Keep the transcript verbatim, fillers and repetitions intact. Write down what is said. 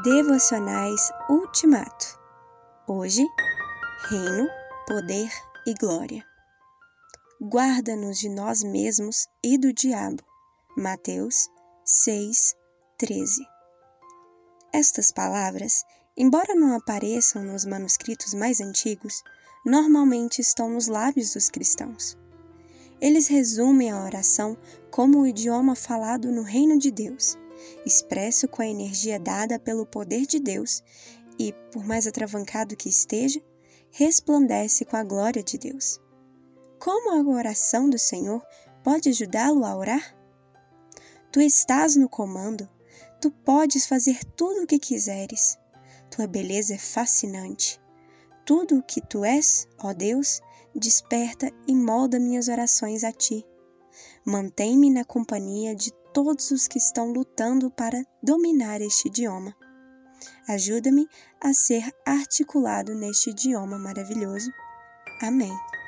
Devocionais Ultimato. Hoje, Reino, Poder e Glória. Guarda-nos de nós mesmos e do diabo. Mateus seis, treze. Estas palavras, embora não apareçam nos manuscritos mais antigos, normalmente estão nos lábios dos cristãos. Eles resumem a oração como o idioma falado no reino de Deus, expresso com a energia dada pelo poder de Deus e, por mais atravancado que esteja, resplandece com a glória de Deus. Como a oração do Senhor pode ajudá-lo a orar? Tu estás no comando, tu podes fazer tudo o que quiseres. Tua beleza é fascinante. Tudo o que tu és, ó Deus, desperta e molda minhas orações a ti. Mantém-me na companhia de todos os que estão lutando para dominar este idioma. Ajuda-me a ser articulado neste idioma maravilhoso. Amém.